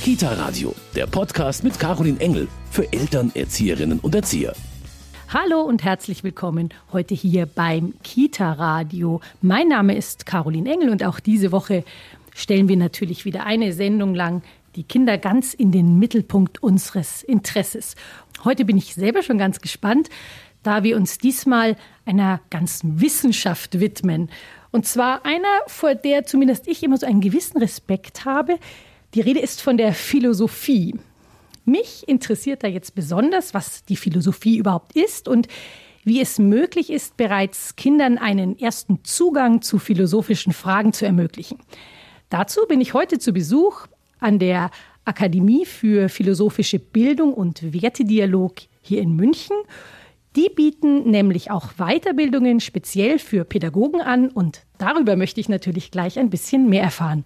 Kita Radio, der Podcast mit Caroline Engel für Eltern, Erzieherinnen und Erzieher. Hallo und herzlich willkommen heute hier beim Kita Radio. Mein Name ist Caroline Engel und auch diese Woche stellen wir natürlich wieder eine Sendung lang die Kinder ganz in den Mittelpunkt unseres Interesses. Heute bin ich selber schon ganz gespannt, da wir uns diesmal einer ganzen Wissenschaft widmen. Und zwar einer, vor der zumindest ich immer so einen gewissen Respekt habe. Die Rede ist von der Philosophie. Mich interessiert da jetzt besonders, was die Philosophie überhaupt ist und wie es möglich ist, bereits Kindern einen ersten Zugang zu philosophischen Fragen zu ermöglichen. Dazu bin ich heute zu Besuch an der Akademie für philosophische Bildung und Wertedialog hier in München. Die bieten nämlich auch Weiterbildungen speziell für Pädagogen an und darüber möchte ich natürlich gleich ein bisschen mehr erfahren.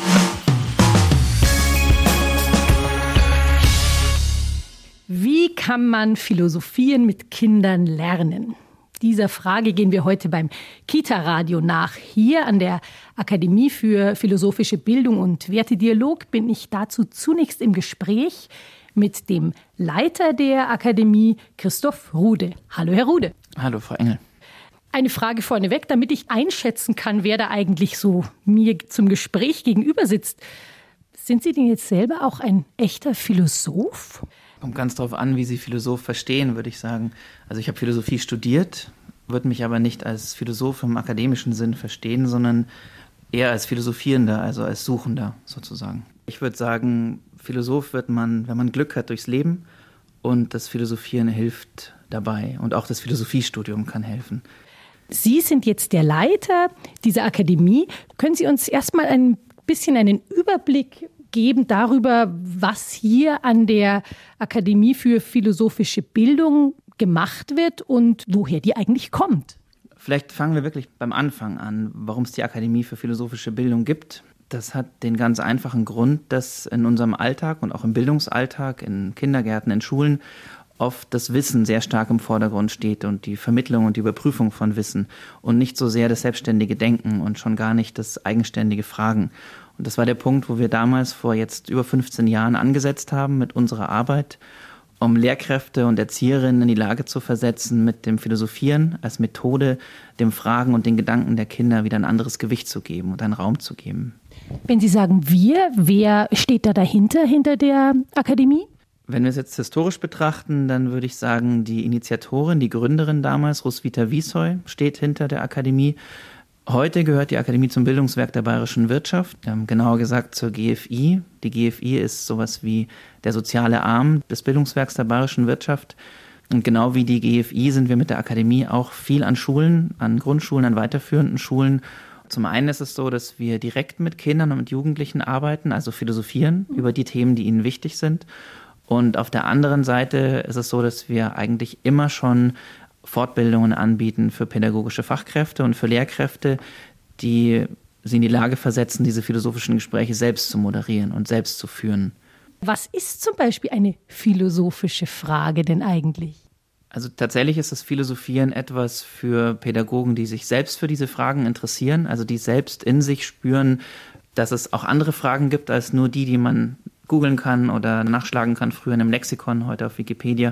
Wie kann man Philosophieren mit Kindern lernen? Dieser Frage gehen wir heute beim Kita-Radio nach. Hier an der Akademie für philosophische Bildung und Wertedialog bin ich dazu zunächst im Gespräch mit dem Leiter der Akademie, Christoph Rude. Hallo, Herr Rude. Hallo, Frau Engel. Eine Frage vorneweg, damit ich einschätzen kann, wer da eigentlich so mir zum Gespräch gegenüber sitzt. Sind Sie denn jetzt selber auch ein echter Philosoph? Kommt ganz drauf an, wie Sie Philosoph verstehen, würde ich sagen. Also ich habe Philosophie studiert, würde mich aber nicht als Philosoph im akademischen Sinn verstehen, sondern eher als Philosophierender, also als Suchender sozusagen. Ich würde sagen, Philosoph wird man, wenn man Glück hat, durchs Leben und das Philosophieren hilft dabei und auch das Philosophiestudium kann helfen. Sie sind jetzt der Leiter dieser Akademie. Können Sie uns erstmal ein bisschen einen Überblick geben darüber, was hier an der Akademie für philosophische Bildung gemacht wird und woher die eigentlich kommt? Vielleicht fangen wir wirklich beim Anfang an, warum es die Akademie für philosophische Bildung gibt. Das hat den ganz einfachen Grund, dass in unserem Alltag und auch im Bildungsalltag, in Kindergärten, in Schulen, oft das Wissen sehr stark im Vordergrund steht und die Vermittlung und die Überprüfung von Wissen und nicht so sehr das selbstständige Denken und schon gar nicht das eigenständige Fragen. Und das war der Punkt, wo wir damals vor jetzt über 15 Jahren angesetzt haben mit unserer Arbeit, um Lehrkräfte und Erzieherinnen in die Lage zu versetzen, mit dem Philosophieren als Methode dem Fragen und den Gedanken der Kinder wieder ein anderes Gewicht zu geben und einen Raum zu geben. Wenn Sie sagen wir, wer steht da dahinter, hinter der Akademie? Wenn wir es jetzt historisch betrachten, dann würde ich sagen, die Initiatorin, die Gründerin damals, Roswitha Wiesheu, steht hinter der Akademie. Heute gehört die Akademie zum Bildungswerk der bayerischen Wirtschaft, genauer gesagt zur GFI. Die GFI ist sowas wie der soziale Arm des Bildungswerks der bayerischen Wirtschaft. Und genau wie die GFI sind wir mit der Akademie auch viel an Schulen, an Grundschulen, an weiterführenden Schulen. Zum einen ist es so, dass wir direkt mit Kindern und mit Jugendlichen arbeiten, also philosophieren über die Themen, die ihnen wichtig sind. Und auf der anderen Seite ist es so, dass wir eigentlich immer schon Fortbildungen anbieten für pädagogische Fachkräfte und für Lehrkräfte, die sie in die Lage versetzen, diese philosophischen Gespräche selbst zu moderieren und selbst zu führen. Was ist zum Beispiel eine philosophische Frage denn eigentlich? Also tatsächlich ist das Philosophieren etwas für Pädagogen, die sich selbst für diese Fragen interessieren, also die selbst in sich spüren, dass es auch andere Fragen gibt als nur die man googeln kann oder nachschlagen kann, früher in einem Lexikon, heute auf Wikipedia.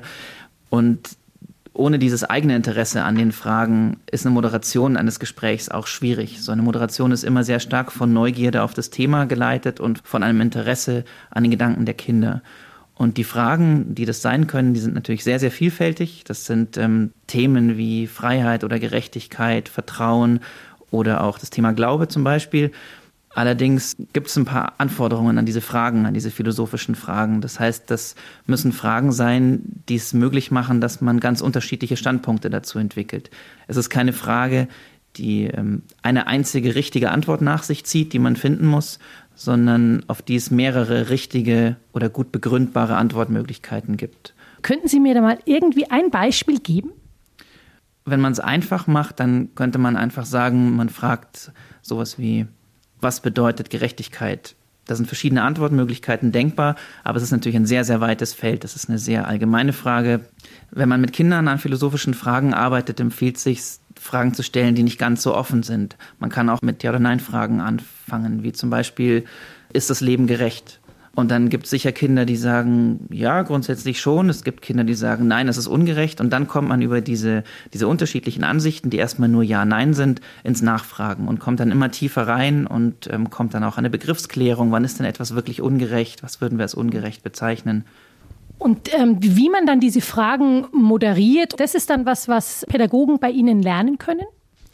Und ohne dieses eigene Interesse an den Fragen ist eine Moderation eines Gesprächs auch schwierig. So eine Moderation ist immer sehr stark von Neugierde auf das Thema geleitet und von einem Interesse an den Gedanken der Kinder. Und die Fragen, die das sein können, die sind natürlich sehr, sehr vielfältig. Das sind Themen wie Freiheit oder Gerechtigkeit, Vertrauen oder auch das Thema Glaube zum Beispiel. Allerdings gibt es ein paar Anforderungen an diese Fragen, an diese philosophischen Fragen. Das heißt, das müssen Fragen sein, die es möglich machen, dass man ganz unterschiedliche Standpunkte dazu entwickelt. Es ist keine Frage, die eine einzige richtige Antwort nach sich zieht, die man finden muss, sondern auf die es mehrere richtige oder gut begründbare Antwortmöglichkeiten gibt. Könnten Sie mir da mal irgendwie ein Beispiel geben? Wenn man es einfach macht, dann könnte man einfach sagen, man fragt sowas wie: Was bedeutet Gerechtigkeit? Da sind verschiedene Antwortmöglichkeiten denkbar, aber es ist natürlich ein sehr, sehr weites Feld. Das ist eine sehr allgemeine Frage. Wenn man mit Kindern an philosophischen Fragen arbeitet, empfiehlt es sich, Fragen zu stellen, die nicht ganz so offen sind. Man kann auch mit Ja- oder Nein-Fragen anfangen, wie zum Beispiel: Ist das Leben gerecht? Und dann gibt es sicher Kinder, die sagen, ja, grundsätzlich schon. Es gibt Kinder, die sagen, nein, es ist ungerecht. Und dann kommt man über diese unterschiedlichen Ansichten, die erstmal nur Ja, Nein sind, ins Nachfragen und kommt dann immer tiefer rein und kommt dann auch an eine Begriffsklärung. Wann ist denn etwas wirklich ungerecht? Was würden wir als ungerecht bezeichnen? Und wie man dann diese Fragen moderiert, das ist dann was Pädagogen bei Ihnen lernen können?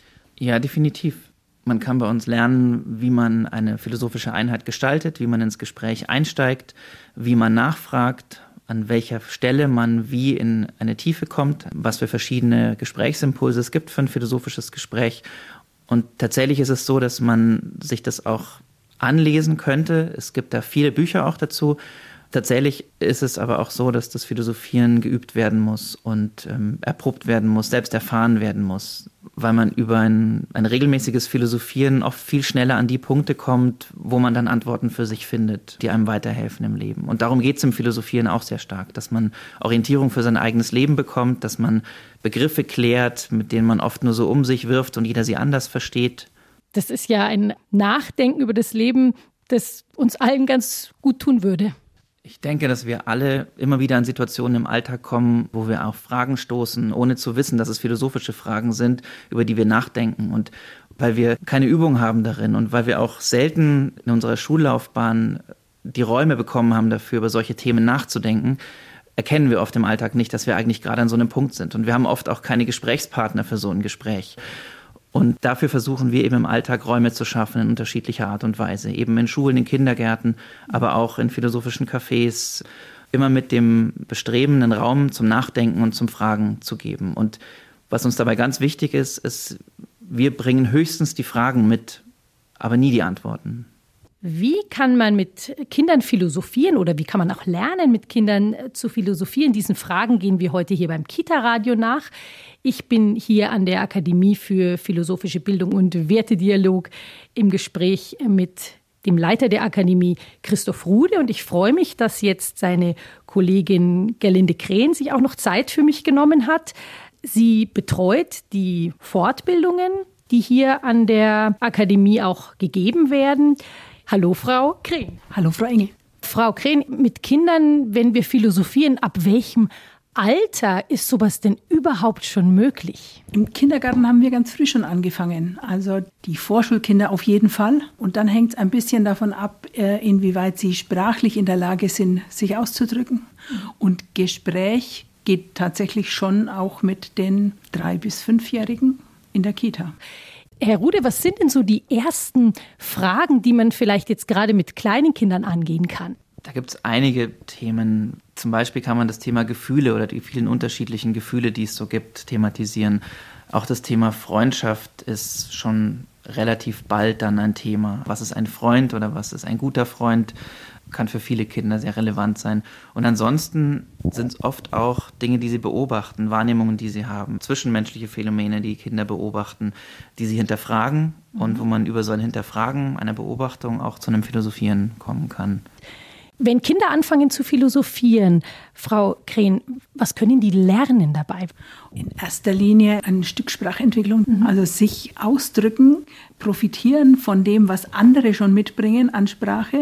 Ja, definitiv. Man kann bei uns lernen, wie man eine philosophische Einheit gestaltet, wie man ins Gespräch einsteigt, wie man nachfragt, an welcher Stelle man wie in eine Tiefe kommt, was für verschiedene Gesprächsimpulse es gibt für ein philosophisches Gespräch. Und tatsächlich ist es so, dass man sich das auch anlesen könnte. Es gibt da viele Bücher auch dazu. Tatsächlich ist es aber auch so, dass das Philosophieren geübt werden muss und erprobt werden muss, selbst erfahren werden muss, weil man über ein regelmäßiges Philosophieren oft viel schneller an die Punkte kommt, wo man dann Antworten für sich findet, die einem weiterhelfen im Leben. Und darum geht es im Philosophieren auch sehr stark, dass man Orientierung für sein eigenes Leben bekommt, dass man Begriffe klärt, mit denen man oft nur so um sich wirft und jeder sie anders versteht. Das ist ja ein Nachdenken über das Leben, das uns allen ganz gut tun würde. Ich denke, dass wir alle immer wieder an Situationen im Alltag kommen, wo wir auf Fragen stoßen, ohne zu wissen, dass es philosophische Fragen sind, über die wir nachdenken. Und weil wir keine Übung haben darin und weil wir auch selten in unserer Schullaufbahn die Räume bekommen haben dafür, über solche Themen nachzudenken, erkennen wir oft im Alltag nicht, dass wir eigentlich gerade an so einem Punkt sind. Und wir haben oft auch keine Gesprächspartner für so ein Gespräch. Und dafür versuchen wir eben im Alltag Räume zu schaffen in unterschiedlicher Art und Weise. Eben in Schulen, in Kindergärten, aber auch in philosophischen Cafés. Immer mit dem Bestreben, einen Raum zum Nachdenken und zum Fragen zu geben. Und was uns dabei ganz wichtig ist, wir bringen höchstens die Fragen mit, aber nie die Antworten. Wie kann man mit Kindern philosophieren oder wie kann man auch lernen, mit Kindern zu philosophieren? Diesen Fragen gehen wir heute hier beim Kita-Radio nach. Ich bin hier an der Akademie für philosophische Bildung und Wertedialog im Gespräch mit dem Leiter der Akademie, Christoph Rude. Und ich freue mich, dass jetzt seine Kollegin Gerlinde Krehn sich auch noch Zeit für mich genommen hat. Sie betreut die Fortbildungen, die hier an der Akademie auch gegeben werden. Hallo, Frau Krehn. Hallo, Frau Engel. Frau Krehn, mit Kindern, wenn wir philosophieren, ab welchem Alter ist sowas denn überhaupt schon möglich? Im Kindergarten haben wir ganz früh schon angefangen. Also die Vorschulkinder auf jeden Fall. Und dann hängt es ein bisschen davon ab, inwieweit sie sprachlich in der Lage sind, sich auszudrücken. Und Gespräch geht tatsächlich schon auch mit den 3- bis 5-Jährigen in der Kita. Herr Rude, was sind denn so die ersten Fragen, die man vielleicht jetzt gerade mit kleinen Kindern angehen kann? Da gibt es einige Themen. Zum Beispiel kann man das Thema Gefühle oder die vielen unterschiedlichen Gefühle, die es so gibt, thematisieren. Auch das Thema Freundschaft ist schon relativ bald dann ein Thema. Was ist ein Freund oder was ist ein guter Freund? Kann für viele Kinder sehr relevant sein. Und ansonsten sind es oft auch Dinge, die sie beobachten, Wahrnehmungen, die sie haben, zwischenmenschliche Phänomene, die Kinder beobachten, die sie hinterfragen und wo man über so ein Hinterfragen einer Beobachtung auch zu einem Philosophieren kommen kann. Wenn Kinder anfangen zu philosophieren, Frau Krehn, was können die lernen dabei? In erster Linie ein Stück Sprachentwicklung, also sich ausdrücken, profitieren von dem, was andere schon mitbringen an Sprache.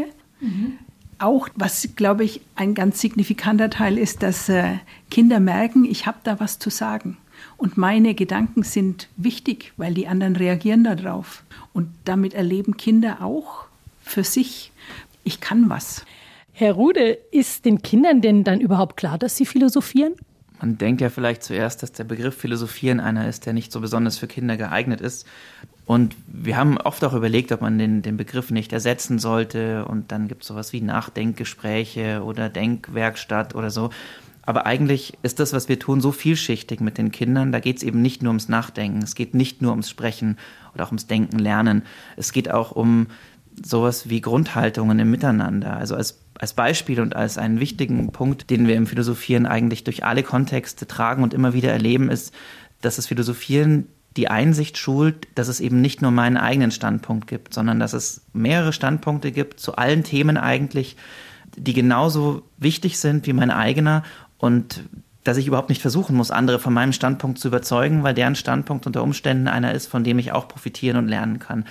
Auch, was, glaube ich, ein ganz signifikanter Teil ist, dass Kinder merken, ich habe da was zu sagen. Und meine Gedanken sind wichtig, weil die anderen reagieren darauf. Und damit erleben Kinder auch für sich, ich kann was. Herr Rude, ist den Kindern denn dann überhaupt klar, dass sie philosophieren? Man denkt ja vielleicht zuerst, dass der Begriff Philosophieren einer ist, der nicht so besonders für Kinder geeignet ist. Und wir haben oft auch überlegt, ob man den Begriff nicht ersetzen sollte. Und dann gibt es sowas wie Nachdenkgespräche oder Denkwerkstatt oder so. Aber eigentlich ist das, was wir tun, so vielschichtig mit den Kindern. Da geht es eben nicht nur ums Nachdenken. Es geht nicht nur ums Sprechen oder auch ums Denken, Lernen. Es geht auch um sowas wie Grundhaltungen im Miteinander. Also als Beispiel und als einen wichtigen Punkt, den wir im Philosophieren eigentlich durch alle Kontexte tragen und immer wieder erleben, ist, dass das Philosophieren die Einsicht schult, dass es eben nicht nur meinen eigenen Standpunkt gibt, sondern dass es mehrere Standpunkte gibt zu allen Themen eigentlich, die genauso wichtig sind wie mein eigener und dass ich überhaupt nicht versuchen muss, andere von meinem Standpunkt zu überzeugen, weil deren Standpunkt unter Umständen einer ist, von dem ich auch profitieren und lernen kann.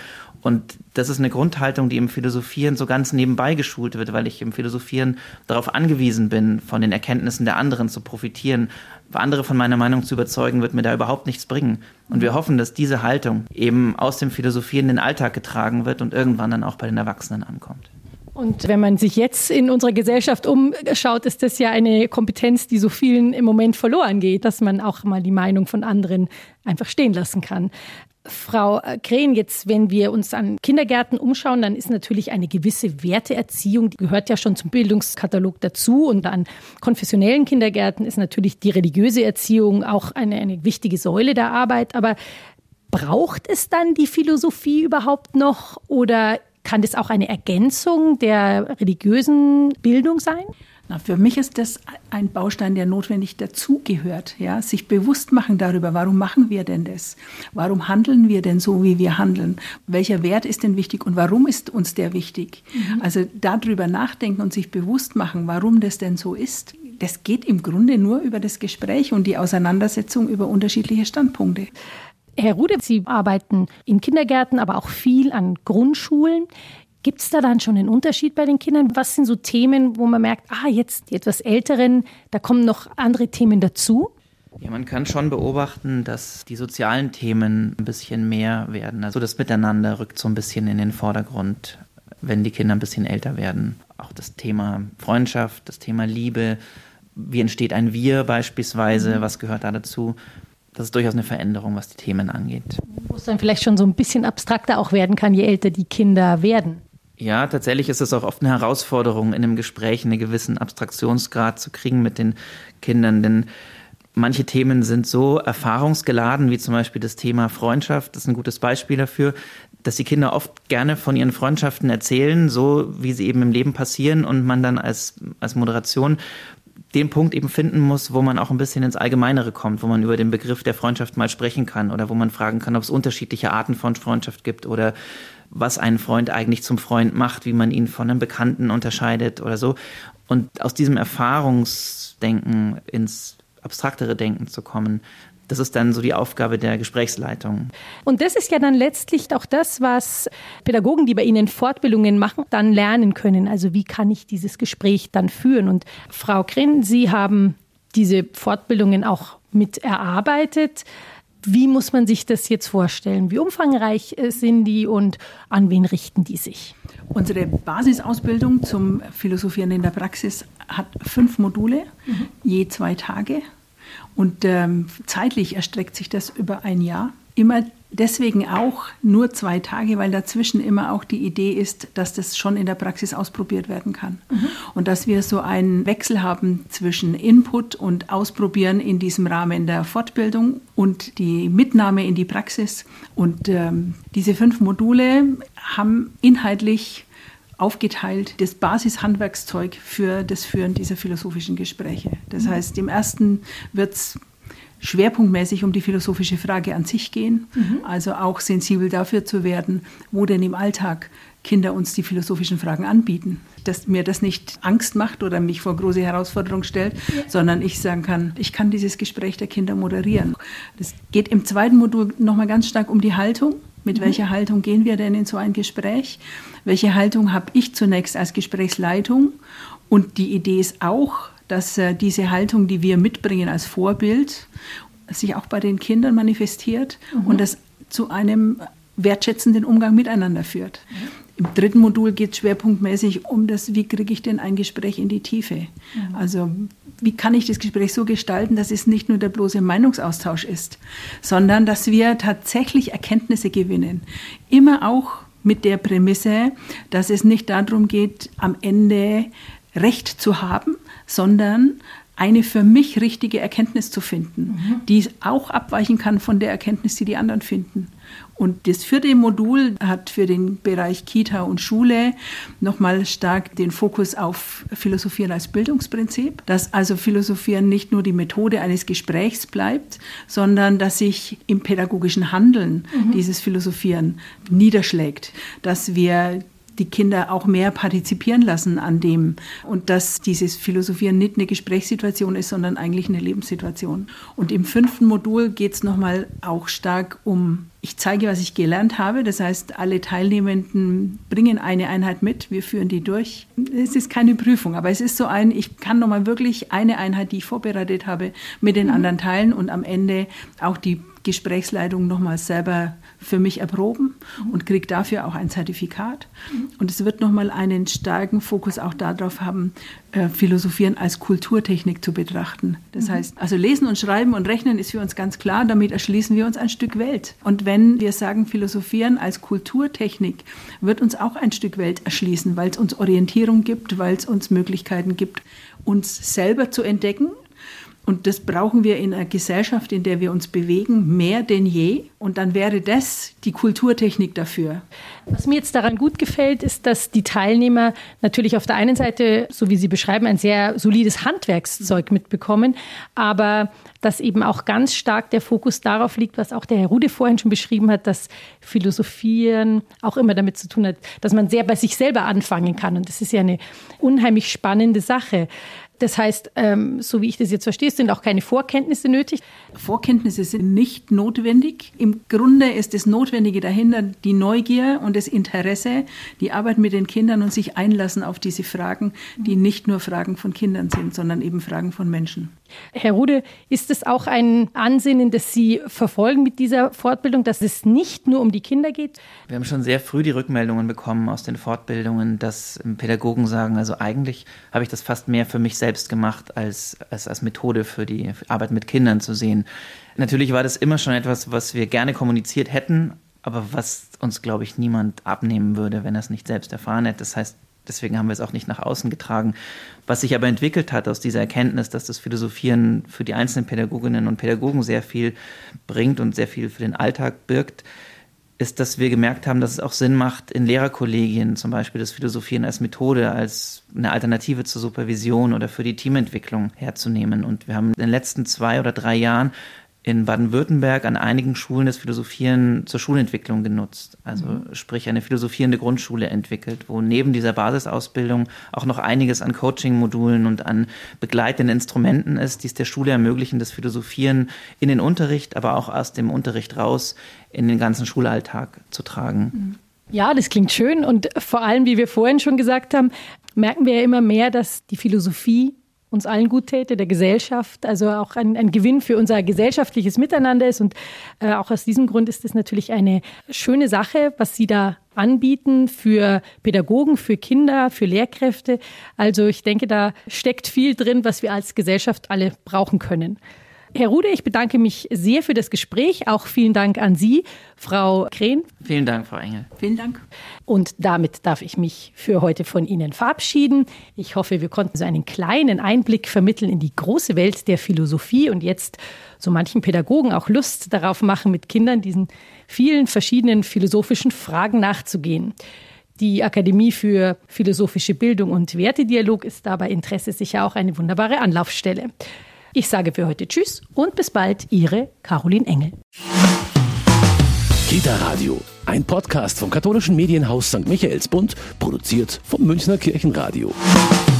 Und das ist eine Grundhaltung, die im Philosophieren so ganz nebenbei geschult wird, weil ich im Philosophieren darauf angewiesen bin, von den Erkenntnissen der anderen zu profitieren. Andere von meiner Meinung zu überzeugen, wird mir da überhaupt nichts bringen. Und wir hoffen, dass diese Haltung eben aus dem Philosophieren in den Alltag getragen wird und irgendwann dann auch bei den Erwachsenen ankommt. Und wenn man sich jetzt in unserer Gesellschaft umschaut, ist das ja eine Kompetenz, die so vielen im Moment verloren geht, dass man auch mal die Meinung von anderen einfach stehen lassen kann. Frau Krähen, jetzt, wenn wir uns an Kindergärten umschauen, dann ist natürlich eine gewisse Werteerziehung, die gehört ja schon zum Bildungskatalog dazu. Und an konfessionellen Kindergärten ist natürlich die religiöse Erziehung auch eine wichtige Säule der Arbeit. Aber braucht es dann die Philosophie überhaupt noch oder kann das auch eine Ergänzung der religiösen Bildung sein? Na, für mich ist das ein Baustein, der notwendig dazugehört. Ja? Sich bewusst machen darüber, warum machen wir denn das? Warum handeln wir denn so, wie wir handeln? Welcher Wert ist denn wichtig und warum ist uns der wichtig? Also darüber nachdenken und sich bewusst machen, warum das denn so ist. Das geht im Grunde nur über das Gespräch und die Auseinandersetzung über unterschiedliche Standpunkte. Herr Rude, Sie arbeiten in Kindergärten, aber auch viel an Grundschulen. Gibt es da dann schon einen Unterschied bei den Kindern? Was sind so Themen, wo man merkt, jetzt die etwas Älteren, da kommen noch andere Themen dazu? Ja, man kann schon beobachten, dass die sozialen Themen ein bisschen mehr werden. Also das Miteinander rückt so ein bisschen in den Vordergrund, wenn die Kinder ein bisschen älter werden. Auch das Thema Freundschaft, das Thema Liebe, wie entsteht ein Wir beispielsweise, was gehört da dazu? Das ist durchaus eine Veränderung, was die Themen angeht. Wo es dann vielleicht schon so ein bisschen abstrakter auch werden kann, je älter die Kinder werden. Ja, tatsächlich ist es auch oft eine Herausforderung, in einem Gespräch einen gewissen Abstraktionsgrad zu kriegen mit den Kindern, denn manche Themen sind so erfahrungsgeladen, wie zum Beispiel das Thema Freundschaft. Das ist ein gutes Beispiel dafür, dass die Kinder oft gerne von ihren Freundschaften erzählen, so wie sie eben im Leben passieren und man dann als Moderation den Punkt eben finden muss, wo man auch ein bisschen ins Allgemeinere kommt, wo man über den Begriff der Freundschaft mal sprechen kann oder wo man fragen kann, ob es unterschiedliche Arten von Freundschaft gibt oder was einen Freund eigentlich zum Freund macht, wie man ihn von einem Bekannten unterscheidet oder so. Und aus diesem Erfahrungsdenken ins abstraktere Denken zu kommen, das ist dann so die Aufgabe der Gesprächsleitung. Und das ist ja dann letztlich auch das, was Pädagogen, die bei Ihnen Fortbildungen machen, dann lernen können. Also wie kann ich dieses Gespräch dann führen? Und Frau Krähen, Sie haben diese Fortbildungen auch mit erarbeitet. Wie muss man sich das jetzt vorstellen? Wie umfangreich sind die und an wen richten die sich? Unsere Basisausbildung zum Philosophieren in der Praxis hat 5 Module, je 2 Tage. Und zeitlich erstreckt sich das über ein Jahr. Immer deswegen auch nur 2 Tage, weil dazwischen immer auch die Idee ist, dass das schon in der Praxis ausprobiert werden kann. Und dass wir so einen Wechsel haben zwischen Input und Ausprobieren in diesem Rahmen der Fortbildung und die Mitnahme in die Praxis. Und diese 5 Module haben inhaltlich aufgeteilt das Basishandwerkszeug für das Führen dieser philosophischen Gespräche. Das heißt, im ersten wird es schwerpunktmäßig um die philosophische Frage an sich gehen, also auch sensibel dafür zu werden, wo denn im Alltag Kinder uns die philosophischen Fragen anbieten. Dass mir das nicht Angst macht oder mich vor große Herausforderungen stellt, sondern ich sagen kann, ich kann dieses Gespräch der Kinder moderieren. Das geht im zweiten Modul nochmal ganz stark um die Haltung. Mit welcher Haltung gehen wir denn in so ein Gespräch? Welche Haltung habe ich zunächst als Gesprächsleitung? Und die Idee ist auch, dass diese Haltung, die wir mitbringen als Vorbild, sich auch bei den Kindern manifestiert und das zu einem wertschätzenden Umgang miteinander führt. Im dritten Modul geht es schwerpunktmäßig um das, wie kriege ich denn ein Gespräch in die Tiefe? Also wie kann ich das Gespräch so gestalten, dass es nicht nur der bloße Meinungsaustausch ist, sondern dass wir tatsächlich Erkenntnisse gewinnen. Immer auch mit der Prämisse, dass es nicht darum geht, am Ende Recht zu haben, sondern eine für mich richtige Erkenntnis zu finden, die auch abweichen kann von der Erkenntnis, die die anderen finden. Und das 4. Modul hat für den Bereich Kita und Schule nochmal stark den Fokus auf Philosophieren als Bildungsprinzip, dass also Philosophieren nicht nur die Methode eines Gesprächs bleibt, sondern dass sich im pädagogischen Handeln dieses Philosophieren niederschlägt, dass wir die Kinder auch mehr partizipieren lassen an dem und dass dieses Philosophieren nicht eine Gesprächssituation ist, sondern eigentlich eine Lebenssituation. Und im 5. Modul geht es nochmal auch stark um, ich zeige, was ich gelernt habe. Das heißt, alle Teilnehmenden bringen eine Einheit mit, wir führen die durch. Es ist keine Prüfung, aber es ist so ich kann nochmal wirklich eine Einheit, die ich vorbereitet habe, mit den anderen teilen und am Ende auch die Gesprächsleitung nochmal selber für mich erproben und kriege dafür auch ein Zertifikat. Und es wird nochmal einen starken Fokus auch darauf haben, Philosophieren als Kulturtechnik zu betrachten. Das heißt, also Lesen und Schreiben und Rechnen ist für uns ganz klar, damit erschließen wir uns ein Stück Welt. Und wenn wir sagen, Philosophieren als Kulturtechnik, wird uns auch ein Stück Welt erschließen, weil es uns Orientierung gibt, weil es uns Möglichkeiten gibt, uns selber zu entdecken. Und das brauchen wir in einer Gesellschaft, in der wir uns bewegen, mehr denn je. Und dann wäre das die Kulturtechnik dafür. Was mir jetzt daran gut gefällt, ist, dass die Teilnehmer natürlich auf der einen Seite, so wie Sie beschreiben, ein sehr solides Handwerkszeug mitbekommen, aber dass eben auch ganz stark der Fokus darauf liegt, was auch der Herr Rude vorhin schon beschrieben hat, dass Philosophieren auch immer damit zu tun hat, dass man sehr bei sich selber anfangen kann. Und das ist ja eine unheimlich spannende Sache. Das heißt, so wie ich das jetzt verstehe, sind auch keine Vorkenntnisse nötig. Vorkenntnisse sind nicht notwendig. Im Grunde ist das Notwendige dahinter die Neugier und das Interesse, die Arbeit mit den Kindern und sich einlassen auf diese Fragen, die nicht nur Fragen von Kindern sind, sondern eben Fragen von Menschen. Herr Rude, ist es auch ein Ansinnen, das Sie verfolgen mit dieser Fortbildung, dass es nicht nur um die Kinder geht? Wir haben schon sehr früh die Rückmeldungen bekommen aus den Fortbildungen, dass Pädagogen sagen, also eigentlich habe ich das fast mehr für mich selbst gemacht, als Methode für die Arbeit mit Kindern zu sehen. Natürlich war das immer schon etwas, was wir gerne kommuniziert hätten, aber was uns, glaube ich, niemand abnehmen würde, wenn er es nicht selbst erfahren hätte. Das heißt, deswegen haben wir es auch nicht nach außen getragen. Was sich aber entwickelt hat aus dieser Erkenntnis, dass das Philosophieren für die einzelnen Pädagoginnen und Pädagogen sehr viel bringt und sehr viel für den Alltag birgt, ist, dass wir gemerkt haben, dass es auch Sinn macht, in Lehrerkollegien zum Beispiel das Philosophieren als Methode, als eine Alternative zur Supervision oder für die Teamentwicklung herzunehmen. Und wir haben in den letzten 2 oder 3 Jahren in Baden-Württemberg an einigen Schulen das Philosophieren zur Schulentwicklung genutzt. Also sprich eine philosophierende Grundschule entwickelt, wo neben dieser Basisausbildung auch noch einiges an Coaching-Modulen und an begleitenden Instrumenten ist, die es der Schule ermöglichen, das Philosophieren in den Unterricht, aber auch aus dem Unterricht raus in den ganzen Schulalltag zu tragen. Ja, das klingt schön und vor allem, wie wir vorhin schon gesagt haben, merken wir ja immer mehr, dass die Philosophie uns allen gut täte, der Gesellschaft, also auch ein Gewinn für unser gesellschaftliches Miteinander ist. Und auch aus diesem Grund ist es natürlich eine schöne Sache, was Sie da anbieten für Pädagogen, für Kinder, für Lehrkräfte. Also ich denke, da steckt viel drin, was wir als Gesellschaft alle brauchen können. Herr Rude, ich bedanke mich sehr für das Gespräch. Auch vielen Dank an Sie, Frau Krehn. Vielen Dank, Frau Engel. Vielen Dank. Und damit darf ich mich für heute von Ihnen verabschieden. Ich hoffe, wir konnten so einen kleinen Einblick vermitteln in die große Welt der Philosophie und jetzt so manchen Pädagogen auch Lust darauf machen, mit Kindern diesen vielen verschiedenen philosophischen Fragen nachzugehen. Die Akademie für philosophische Bildung und Wertedialog ist dabei Interesse sicher auch eine wunderbare Anlaufstelle. Ich sage für heute Tschüss und bis bald, Ihre Caroline Engel. Kita Radio, ein Podcast vom katholischen Medienhaus St. Michaelsbund, produziert vom Münchner Kirchenradio.